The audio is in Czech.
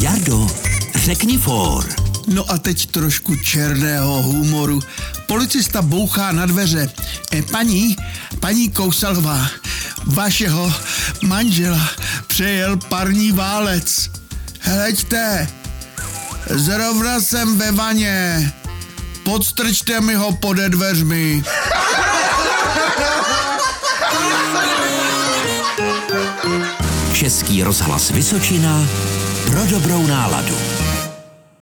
Jardo, řekni fór. No a teď trošku černého humoru. Policista bouchá na dveře. Paní Kousalová, vašeho manžela přejel parní válec. Hleďte, zrovna jsem ve vaně. Podstrčte mi ho pode dveřmi. Český rozhlas Vysočina pro dobrou náladu.